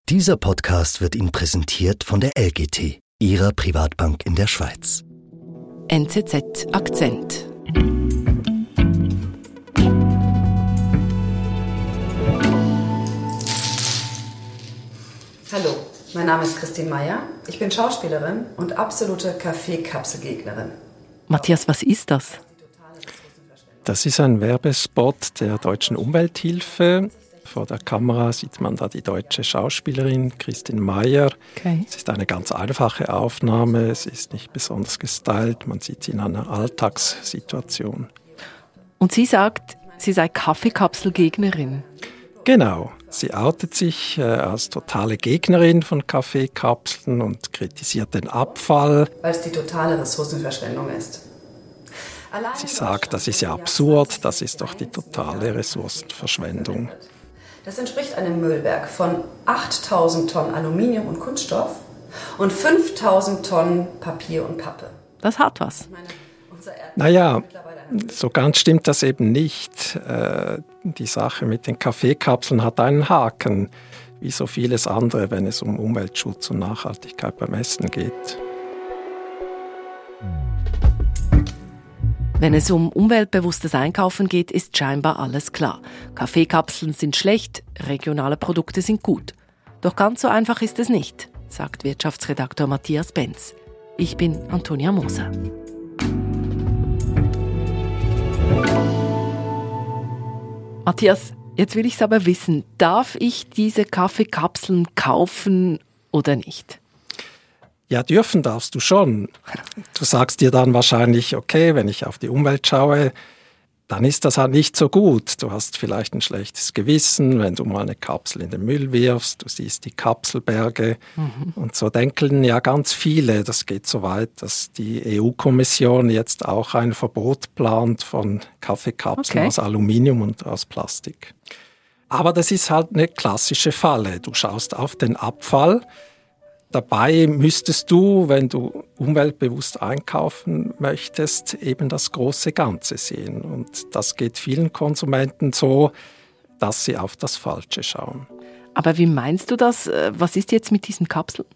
Dieser Podcast wird Ihnen präsentiert von der LGT, Ihrer Privatbank in der Schweiz. NZZ Akzent. Hallo, mein Name ist Christine Meyer. Ich bin Schauspielerin und absolute Kaffeekapselgegnerin. Matthias, was ist das? Das ist ein Werbespot der Deutschen Umwelthilfe. Vor der Kamera sieht man da die deutsche Schauspielerin Christine Meyer. Okay. Es ist eine ganz einfache Aufnahme, es ist nicht besonders gestylt, man sieht sie in einer Alltagssituation. Und sie sagt, sie sei Kaffeekapselgegnerin. Genau, sie outet sich als totale Gegnerin von Kaffeekapseln und kritisiert den Abfall. Weil es die totale Ressourcenverschwendung ist. Sie sagt, das ist ja absurd, das ist doch die totale Ressourcenverschwendung. Das entspricht einem Müllberg von 8.000 Tonnen Aluminium und Kunststoff und 5.000 Tonnen Papier und Pappe. Das hat was. Naja, so ganz stimmt das eben nicht. Die Sache mit den Kaffeekapseln hat einen Haken, wie so vieles andere, wenn es um Umweltschutz und Nachhaltigkeit beim Essen geht. Wenn es um umweltbewusstes Einkaufen geht, ist scheinbar alles klar. Kaffeekapseln sind schlecht, regionale Produkte sind gut. Doch ganz so einfach ist es nicht, sagt Wirtschaftsredakteur Matthias Benz. Ich bin Antonia Moser. Matthias, jetzt will ich es aber wissen. Darf ich diese Kaffeekapseln kaufen oder nicht? Ja, dürfen darfst du schon. Du sagst dir dann wahrscheinlich, okay, wenn ich auf die Umwelt schaue, dann ist das halt nicht so gut. Du hast vielleicht ein schlechtes Gewissen, wenn du mal eine Kapsel in den Müll wirfst, du siehst die Kapselberge. Und so denken ja ganz viele. Das geht so weit, dass die EU-Kommission jetzt auch ein Verbot plant von Kaffeekapseln aus Aluminium und aus Plastik. Aber das ist halt eine klassische Falle. Du schaust auf den Abfall. Dabei müsstest du, wenn du umweltbewusst einkaufen möchtest, eben das große Ganze sehen. Und das geht vielen Konsumenten so, dass sie auf das Falsche schauen. Aber wie meinst du das? Was ist jetzt mit diesen Kapseln?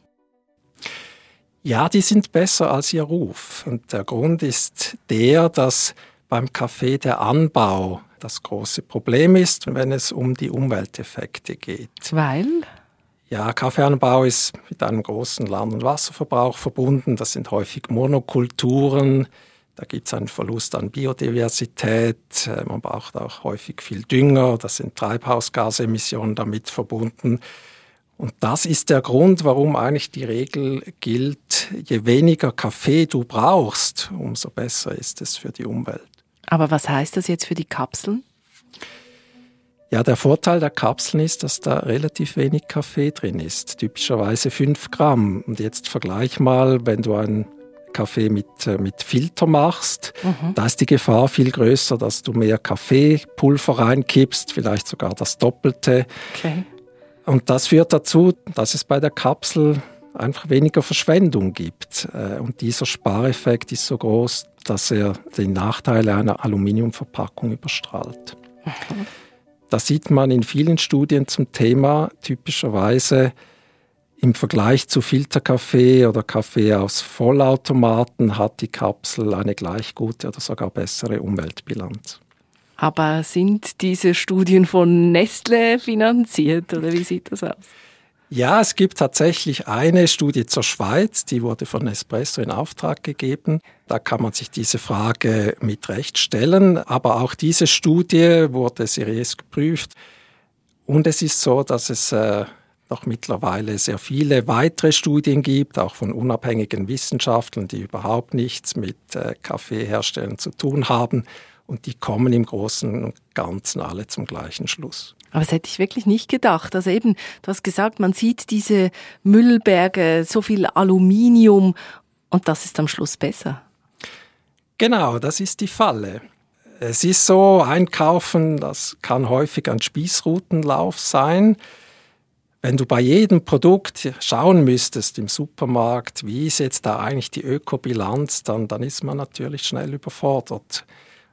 Ja, die sind besser als ihr Ruf. Und der Grund ist der, dass beim Kaffee der Anbau das große Problem ist, wenn es um die Umwelteffekte geht. Weil? Ja, Kaffeeanbau ist mit einem großen Land- und Wasserverbrauch verbunden. Das sind häufig Monokulturen. Da gibt es einen Verlust an Biodiversität. Man braucht auch häufig viel Dünger. Das sind Treibhausgasemissionen damit verbunden. Und das ist der Grund, warum eigentlich die Regel gilt, je weniger Kaffee du brauchst, umso besser ist es für die Umwelt. Aber was heißt das jetzt für die Kapseln? Ja, der Vorteil der Kapseln ist, dass da relativ wenig Kaffee drin ist, typischerweise 5 Gramm. Und jetzt vergleich mal, wenn du einen Kaffee mit Filter machst, da ist die Gefahr viel größer, dass du mehr Kaffeepulver reinkippst, vielleicht sogar das Doppelte. Okay. Und das führt dazu, dass es bei der Kapsel einfach weniger Verschwendung gibt. Und dieser Spareffekt ist so groß, dass er die Nachteile einer Aluminiumverpackung überstrahlt. Das sieht man in vielen Studien zum Thema. Typischerweise im Vergleich zu Filterkaffee oder Kaffee aus Vollautomaten hat die Kapsel eine gleich gute oder sogar bessere Umweltbilanz. Aber sind diese Studien von Nestlé finanziert oder wie sieht das aus? Ja, es gibt tatsächlich eine Studie zur Schweiz, die wurde von Nespresso in Auftrag gegeben. Da kann man sich diese Frage mit Recht stellen. Aber auch diese Studie wurde seriös geprüft. Und es ist so, dass es noch mittlerweile sehr viele weitere Studien gibt, auch von unabhängigen Wissenschaftlern, die überhaupt nichts mit Kaffeeherstellern zu tun haben. Und die kommen im Großen und Ganzen alle zum gleichen Schluss. Aber das hätte ich wirklich nicht gedacht. Also eben, du hast gesagt, man sieht diese Müllberge, so viel Aluminium und das ist am Schluss besser. Genau, das ist die Falle. Es ist so, einkaufen, das kann häufig ein Spießrutenlauf sein. Wenn du bei jedem Produkt schauen müsstest im Supermarkt, wie ist jetzt da eigentlich die Ökobilanz, dann ist man natürlich schnell überfordert.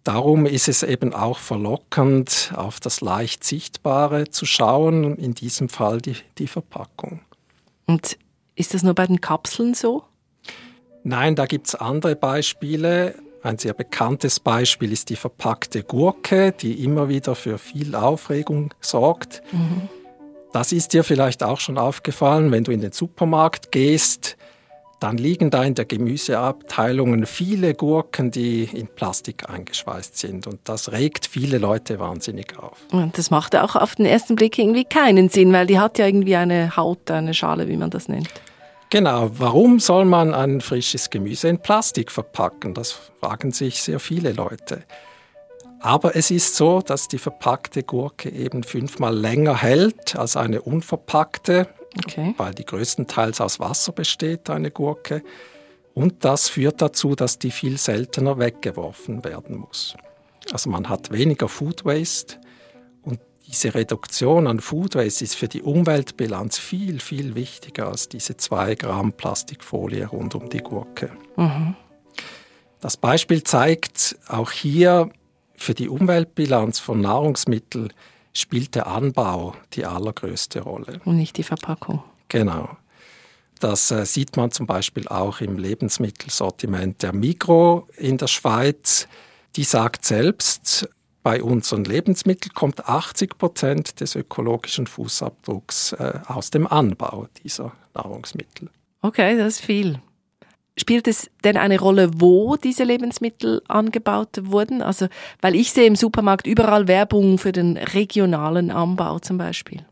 darum ist es eben auch verlockend, auf das leicht Sichtbare zu schauen, in diesem Fall die Verpackung. Und ist das nur bei den Kapseln so? Nein, da gibt es andere Beispiele. Ein sehr bekanntes Beispiel ist die verpackte Gurke, die immer wieder für viel Aufregung sorgt. Mhm. Das ist dir vielleicht auch schon aufgefallen, wenn du in den Supermarkt gehst, dann liegen da in der Gemüseabteilung viele Gurken, die in Plastik eingeschweißt sind. Und das regt viele Leute wahnsinnig auf. Und das macht auch auf den ersten Blick irgendwie keinen Sinn, weil die hat ja irgendwie eine Haut, eine Schale, wie man das nennt. Genau, warum soll man ein frisches Gemüse in Plastik verpacken? Das fragen sich sehr viele Leute. Aber es ist so, dass die verpackte Gurke eben 5-mal länger hält als eine unverpackte, weil die größtenteils aus Wasser besteht, eine Gurke. Und das führt dazu, dass die viel seltener weggeworfen werden muss. Also man hat weniger Food Waste. Und diese Reduktion an Food Waste ist für die Umweltbilanz viel, viel wichtiger als diese 2 Gramm Plastikfolie rund um die Gurke. Mhm. Das Beispiel zeigt auch hier, für die Umweltbilanz von Nahrungsmitteln spielt der Anbau die allergrößte Rolle. Und nicht die Verpackung. Genau. Das sieht man zum Beispiel auch im Lebensmittelsortiment der Migros in der Schweiz. Die sagt selbst, bei unseren Lebensmitteln kommt 80% des ökologischen Fußabdrucks aus dem Anbau dieser Nahrungsmittel. Okay, das ist viel. Spielt es denn eine Rolle, wo diese Lebensmittel angebaut wurden? Also, weil ich sehe im Supermarkt überall Werbung für den regionalen Anbau zum Beispiel.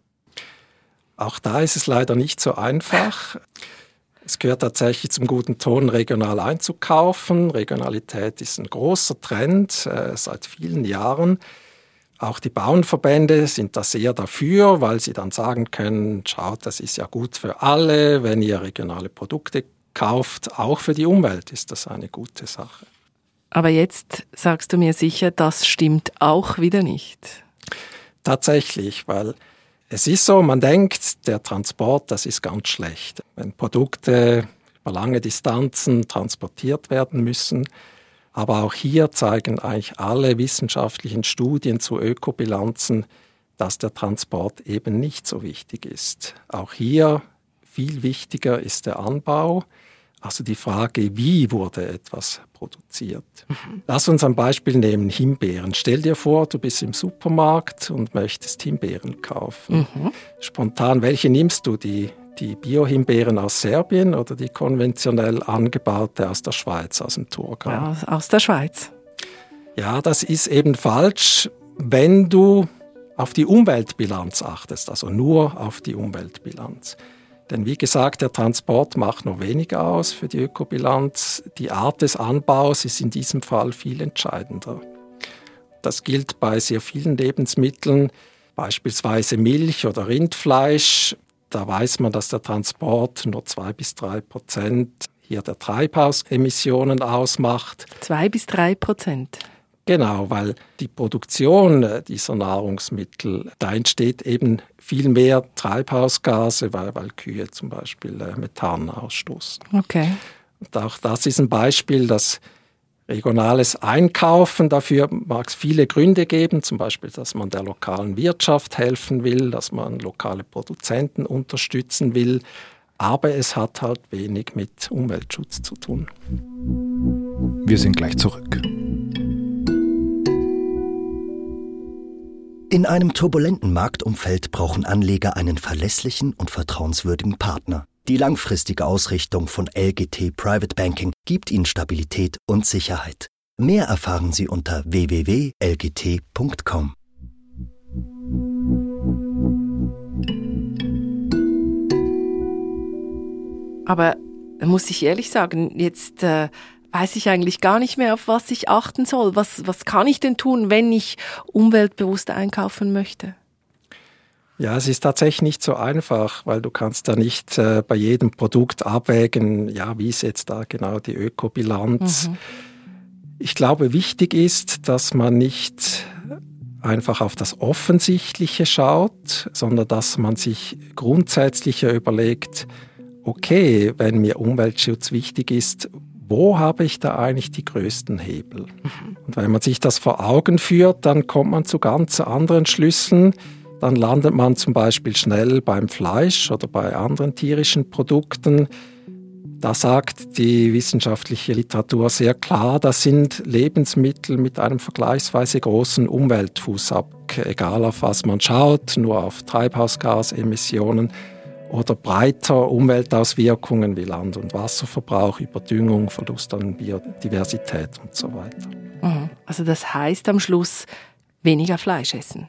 Auch da ist es leider nicht so einfach. Es gehört tatsächlich zum guten Ton, regional einzukaufen. Regionalität ist ein großer Trend seit vielen Jahren. Auch die Bauernverbände sind da sehr dafür, weil sie dann sagen können, schaut, das ist ja gut für alle, wenn ihr regionale Produkte kauft, auch für die Umwelt ist das eine gute Sache. Aber jetzt sagst du mir sicher, das stimmt auch wieder nicht. Tatsächlich, weil es ist so, man denkt, der Transport, das ist ganz schlecht. Wenn Produkte über lange Distanzen transportiert werden müssen. Aber auch hier zeigen eigentlich alle wissenschaftlichen Studien zu Ökobilanzen, dass der Transport eben nicht so wichtig ist. Auch hier viel wichtiger ist der Anbau. Also die Frage, wie wurde etwas produziert? Lass uns ein Beispiel nehmen, Himbeeren. Stell dir vor, du bist im Supermarkt und möchtest Himbeeren kaufen. Spontan, welche nimmst du? Die Bio-Himbeeren aus Serbien oder die konventionell angebaute aus der Schweiz, aus dem Thurgau? Ja, aus der Schweiz. Ja, das ist eben falsch, wenn du auf die Umweltbilanz achtest, also nur auf die Umweltbilanz. Denn wie gesagt, der Transport macht nur weniger aus für die Ökobilanz. Die Art des Anbaus ist in diesem Fall viel entscheidender. Das gilt bei sehr vielen Lebensmitteln, beispielsweise Milch oder Rindfleisch. Da weiß man, dass der Transport nur 2-3% hier der Treibhausemissionen ausmacht. 2-3%? Genau, weil die Produktion dieser Nahrungsmittel, da entsteht eben viel mehr Treibhausgase, weil Kühe zum Beispiel Methan ausstoßen. Okay. Und auch das ist ein Beispiel, dass regionales Einkaufen, dafür mag es viele Gründe geben, zum Beispiel, dass man der lokalen Wirtschaft helfen will, dass man lokale Produzenten unterstützen will, aber es hat halt wenig mit Umweltschutz zu tun. Wir sind gleich zurück. In einem turbulenten Marktumfeld brauchen Anleger einen verlässlichen und vertrauenswürdigen Partner. Die langfristige Ausrichtung von LGT Private Banking gibt Ihnen Stabilität und Sicherheit. Mehr erfahren Sie unter www.lgt.com. Aber da muss ich ehrlich sagen, jetzt weiß ich eigentlich gar nicht mehr, auf was ich achten soll. Was kann ich denn tun, wenn ich umweltbewusst einkaufen möchte? Ja, es ist tatsächlich nicht so einfach, weil du kannst da nicht bei jedem Produkt abwägen, ja, wie ist jetzt da genau die Ökobilanz. Ich glaube, wichtig ist, dass man nicht einfach auf das Offensichtliche schaut, sondern dass man sich grundsätzlicher überlegt, okay, wenn mir Umweltschutz wichtig ist, wo habe ich da eigentlich die größten Hebel? Und wenn man sich das vor Augen führt, dann kommt man zu ganz anderen Schlüssen. Dann landet man zum Beispiel schnell beim Fleisch oder bei anderen tierischen Produkten. Da sagt die wissenschaftliche Literatur sehr klar, das sind Lebensmittel mit einem vergleichsweise großen Umweltfußabdruck, egal auf was man schaut, nur auf Treibhausgasemissionen oder breiter Umweltauswirkungen wie Land- und Wasserverbrauch, Überdüngung, Verlust an Biodiversität und so weiter. Also das heißt am Schluss weniger Fleisch essen?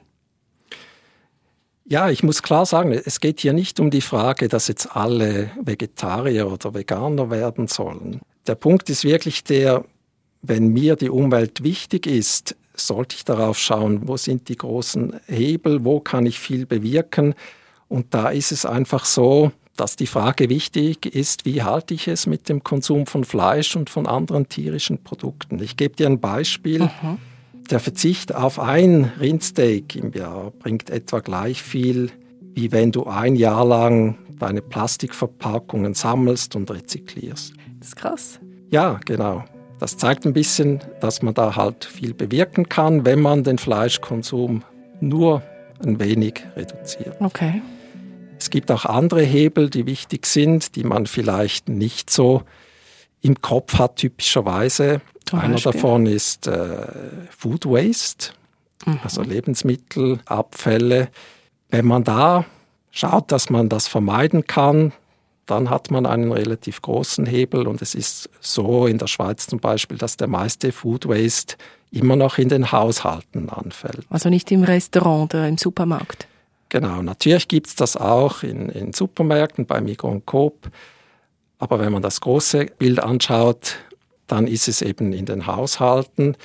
Ja, ich muss klar sagen, es geht hier nicht um die Frage, dass jetzt alle Vegetarier oder Veganer werden sollen. Der Punkt ist wirklich der, wenn mir die Umwelt wichtig ist, sollte ich darauf schauen, wo sind die großen Hebel, wo kann ich viel bewirken. Und da ist es einfach so, dass die Frage wichtig ist, wie halte ich es mit dem Konsum von Fleisch und von anderen tierischen Produkten. Ich gebe dir ein Beispiel. Der Verzicht auf ein Rindsteak im Jahr bringt etwa gleich viel, wie wenn du ein Jahr lang deine Plastikverpackungen sammelst und rezyklierst. Das ist krass. Ja, genau. Das zeigt ein bisschen, dass man da halt viel bewirken kann, wenn man den Fleischkonsum nur ein wenig reduziert. Okay. Es gibt auch andere Hebel, die wichtig sind, die man vielleicht nicht so im Kopf hat, typischerweise. Einer davon ist Food Waste, also Lebensmittelabfälle. Wenn man da schaut, dass man das vermeiden kann, dann hat man einen relativ großen Hebel. Und es ist so in der Schweiz zum Beispiel, dass der meiste Food Waste immer noch in den Haushalten anfällt. Also nicht im Restaurant oder im Supermarkt? Genau, natürlich gibt es das auch in Supermärkten, bei Migros und Coop. Aber wenn man das große Bild anschaut, dann ist es eben in den Haushalten.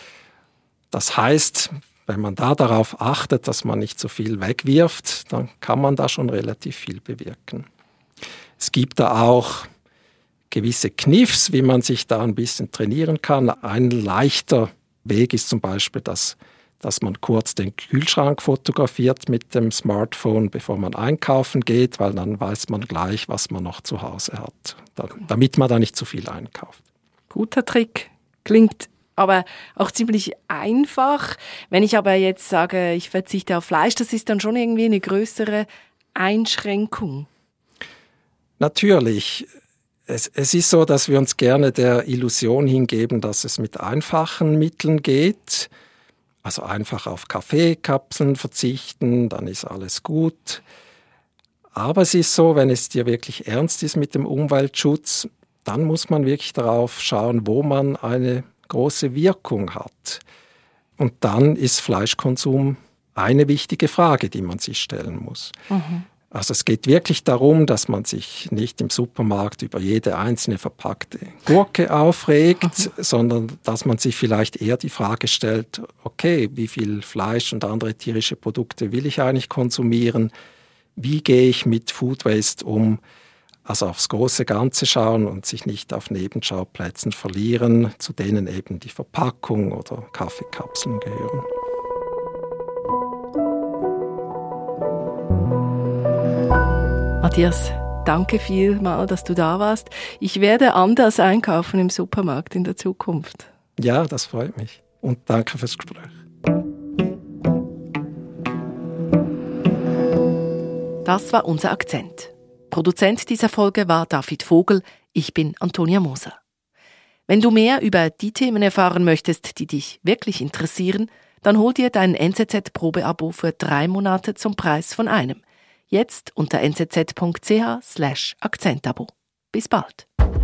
Das heißt, wenn man da darauf achtet, dass man nicht so viel wegwirft, dann kann man da schon relativ viel bewirken. Es gibt da auch gewisse Kniffs, wie man sich da ein bisschen trainieren kann. Ein leichter Weg ist zum Beispiel, dass man kurz den Kühlschrank fotografiert mit dem Smartphone, bevor man einkaufen geht, weil dann weiß man gleich, was man noch zu Hause hat, damit man da nicht zu viel einkauft. Guter Trick. Klingt aber auch ziemlich einfach. Wenn ich aber jetzt sage, ich verzichte auf Fleisch, das ist dann schon irgendwie eine größere Einschränkung. Natürlich. Es ist so, dass wir uns gerne der Illusion hingeben, dass es mit einfachen Mitteln geht. Also einfach auf Kaffeekapseln verzichten, dann ist alles gut. Aber es ist so, wenn es dir wirklich ernst ist mit dem Umweltschutz, dann muss man wirklich darauf schauen, wo man eine große Wirkung hat. Und dann ist Fleischkonsum eine wichtige Frage, die man sich stellen muss. Also es geht wirklich darum, dass man sich nicht im Supermarkt über jede einzelne verpackte Gurke aufregt, sondern dass man sich vielleicht eher die Frage stellt, okay, wie viel Fleisch und andere tierische Produkte will ich eigentlich konsumieren? Wie gehe ich mit Food Waste um? Also aufs große Ganze schauen und sich nicht auf Nebenschauplätzen verlieren, zu denen eben die Verpackung oder Kaffeekapseln gehören. Matthias, danke vielmals, dass du da warst. Ich werde anders einkaufen im Supermarkt in der Zukunft. Ja, das freut mich. Und danke fürs Gespräch. Das war unser Akzent. Produzent dieser Folge war David Vogel. Ich bin Antonia Moser. Wenn du mehr über die Themen erfahren möchtest, die dich wirklich interessieren, dann hol dir dein NZZ-Probeabo für 3 Monate zum Preis von einem. Jetzt unter nzz.ch/Akzentabo. Bis bald.